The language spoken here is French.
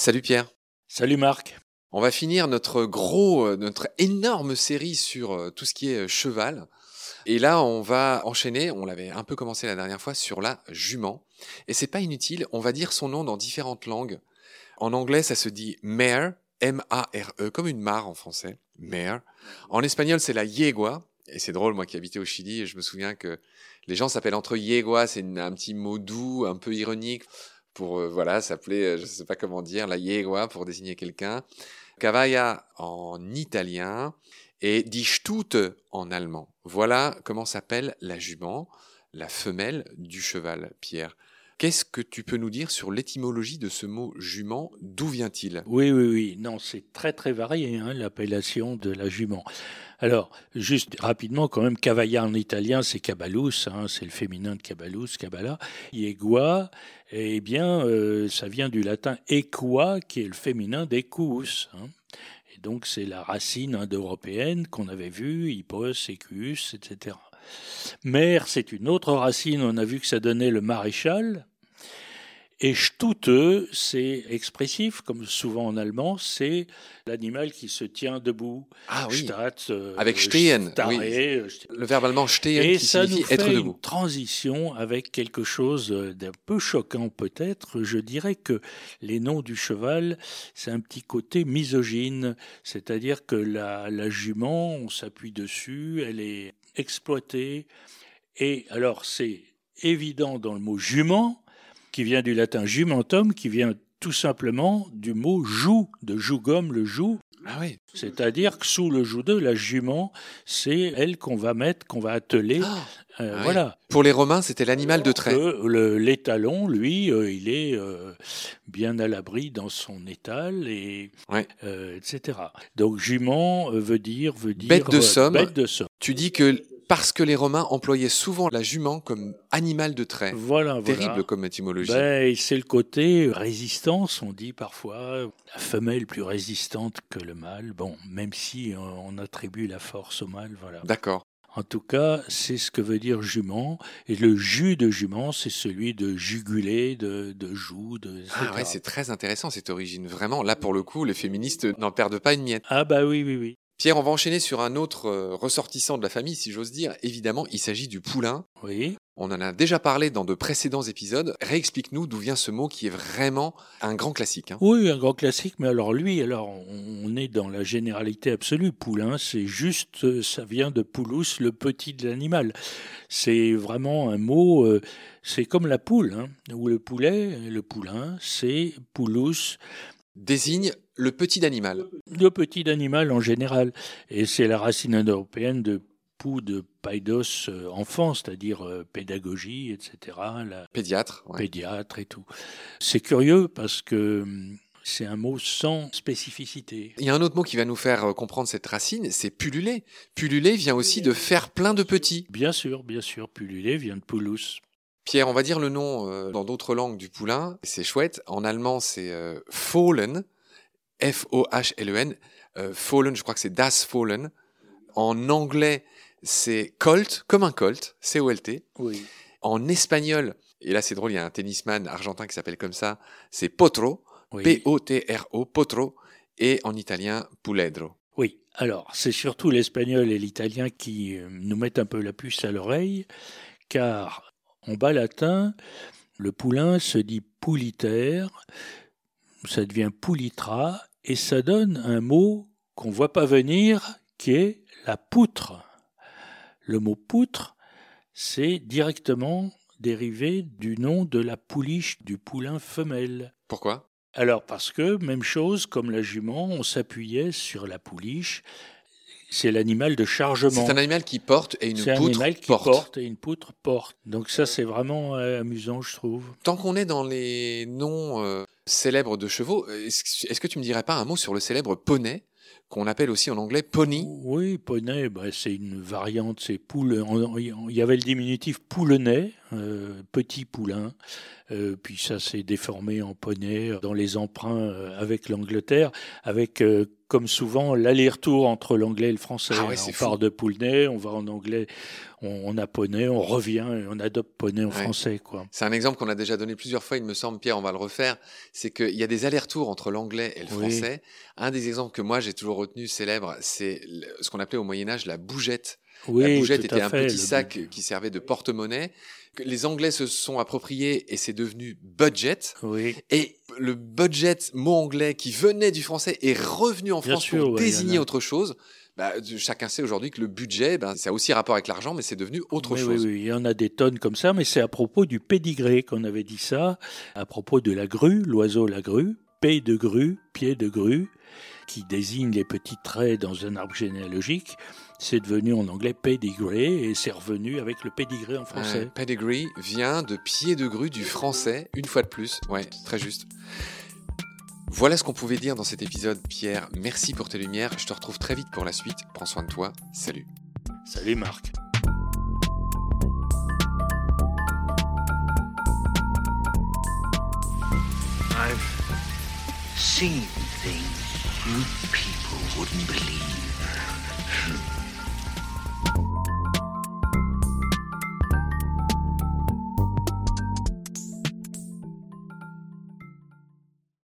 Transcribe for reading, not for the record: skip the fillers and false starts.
Salut Pierre. Salut Marc. On va finir notre énorme série sur tout ce qui est cheval. Et là, on va enchaîner, on l'avait un peu commencé la dernière fois, sur la jument. Et c'est pas inutile, on va dire son nom dans différentes langues. En anglais, ça se dit mare, M-A-R-E, comme une mare en français, mare. En espagnol, c'est la yegua. Et c'est drôle, moi qui habitais au Chili, et je me souviens que les gens s'appellent entre eux yegua, c'est un petit mot doux, un peu ironique, pour, s'appeler, je sais pas comment dire, la yegua pour désigner quelqu'un. Cavalla en italien et die Stute en allemand. Voilà comment s'appelle la jument, la femelle du cheval, Pierre. Qu'est-ce que tu peux nous dire sur l'étymologie de ce mot jument? D'où vient-il? Oui. Non, c'est très très varié, l'appellation de la jument. Alors, juste rapidement, quand même, cavalla en italien, c'est caballus, c'est le féminin de caballus, caballa. Yegua, eh bien, ça vient du latin equa, qui est le féminin d'equus. Et donc, c'est la racine indo-européenne qu'on avait vue, hippos, equus, etc. Mère, c'est une autre racine, on a vu que ça donnait le maréchal. Et Stute, c'est expressif, comme souvent en allemand, c'est l'animal qui se tient debout. Ah oui, Statt, avec stehen, staré, oui. Le verbe allemand stehen et qui ça signifie nous fait être debout. une transition avec quelque chose d'un peu choquant peut-être. Je dirais que les noms du cheval, c'est un petit côté misogyne, c'est-à-dire que la jument, on s'appuie dessus, elle est exploitée. Et alors c'est évident dans le mot jument, qui vient du latin jumentum, qui vient tout simplement du mot joug, de jougum, le joug. Ah oui. C'est-à-dire que sous le joug de la jument, c'est elle qu'on va mettre, qu'on va atteler. Voilà. Oui. Pour les Romains, c'était l'animal de trait. L'étalon, lui, il est bien à l'abri dans son étal, et, etc. Donc jument veut dire bête de somme. Bête de somme. Tu dis que parce que les Romains employaient souvent la jument comme animal de trait. Voilà. Terrible comme étymologie. C'est le côté résistance, on dit parfois, la femelle plus résistante que le mâle. Bon, même si on attribue la force au mâle, voilà. D'accord. En tout cas, c'est ce que veut dire jument. Et le jus de jument, c'est celui de juguler, de joug, etc. Ah ouais, c'est très intéressant cette origine. Vraiment, là pour le coup, les féministes n'en perdent pas une miette. Ah bah oui. Pierre, on va enchaîner sur un autre ressortissant de la famille, si j'ose dire. Évidemment, il s'agit du poulain. Oui. On en a déjà parlé dans de précédents épisodes. Réexplique-nous d'où vient ce mot qui est vraiment un grand classique. Oui, un grand classique, mais alors on est dans la généralité absolue. Poulain, c'est juste, ça vient de Poulos, le petit de l'animal. C'est vraiment un mot, c'est comme la poule, ou le poulet, le poulain, c'est Poulos. Désigne le petit d'animal. Le petit d'animal en général. Et c'est la racine indo-européenne de pou, de paidos, enfant, c'est-à-dire pédagogie, etc. Pédiatre. Ouais. Pédiatre et tout. C'est curieux parce que c'est un mot sans spécificité. Il y a un autre mot qui va nous faire comprendre cette racine, c'est pulluler. Pulluler vient aussi de faire plein de petits. Bien sûr, pulluler vient de Poulos. Pierre, on va dire le nom dans d'autres langues du poulain, c'est chouette. En allemand, c'est Fohlen, F-O-H-L-E-N. Fohlen, je crois que c'est Das Fohlen. En anglais, c'est Colt, comme un Colt, C-O-L-T. Oui. En espagnol, et là c'est drôle, il y a un tennisman argentin qui s'appelle comme ça, c'est Potro, Oui. P-O-T-R-O, Potro, et en italien, Puledro. Oui, alors c'est surtout l'espagnol et l'italien qui nous mettent un peu la puce à l'oreille, car en bas latin, le poulain se dit puliter, ça devient pulitra, et ça donne un mot qu'on voit pas venir, qui est la poutre. Le mot poutre, c'est directement dérivé du nom de la pouliche du poulain femelle. Pourquoi ? Alors parce que, même chose, comme la jument, on s'appuyait sur la pouliche. C'est l'animal de chargement. C'est un animal qui porte et une poutre porte. C'est un animal qui porte et une poutre porte. Donc ça, c'est vraiment amusant, je trouve. Tant qu'on est dans les noms célèbres de chevaux, est-ce que tu me dirais pas un mot sur le célèbre poney, qu'on appelle aussi en anglais pony ? Oui, poney, c'est une variante, c'est poule. Il y avait le diminutif poulenay, petit poulain. Puis ça s'est déformé en poney dans les emprunts avec l'Angleterre, avec comme souvent l'aller-retour entre l'anglais et le français. Ah ouais, c'est on fou. part de Poulnay, on va en anglais, on a poney, on revient et on adopte poney en Ouais. français, quoi. C'est un exemple qu'on a déjà donné plusieurs fois, il me semble, Pierre, on va le refaire. C'est qu'il y a des allers-retours entre l'anglais et le Oui. français. Un des exemples que moi j'ai toujours retenu célèbre, c'est ce qu'on appelait au Moyen-Âge la bougette. La Oui, bougette tout était à un fait. petit sac qui servait de porte-monnaie, que les Anglais se sont appropriés et c'est devenu budget. Oui. Et le budget, mot anglais qui venait du français, est revenu en Bien France sûr, pour ouais, il y en désigner a. autre chose. Chacun sait aujourd'hui que le budget, ça a aussi rapport avec l'argent, mais c'est devenu autre Oui, chose. oui, il y en a des tonnes comme ça, mais c'est à propos du pédigré qu'on avait dit ça, à propos de la grue, l'oiseau la grue, paix de grue, pied de grue, qui désigne les petits traits dans un arbre généalogique. C'est devenu en anglais pedigree et c'est revenu avec le pédigré en français. Pedigree vient de pied de grue du français, une fois de plus. Ouais, très juste. Voilà ce qu'on pouvait dire dans cet épisode, Pierre. Merci pour tes lumières. Je te retrouve très vite pour la suite. Prends soin de toi. Salut. Salut Marc. I've seen things you people wouldn't believe.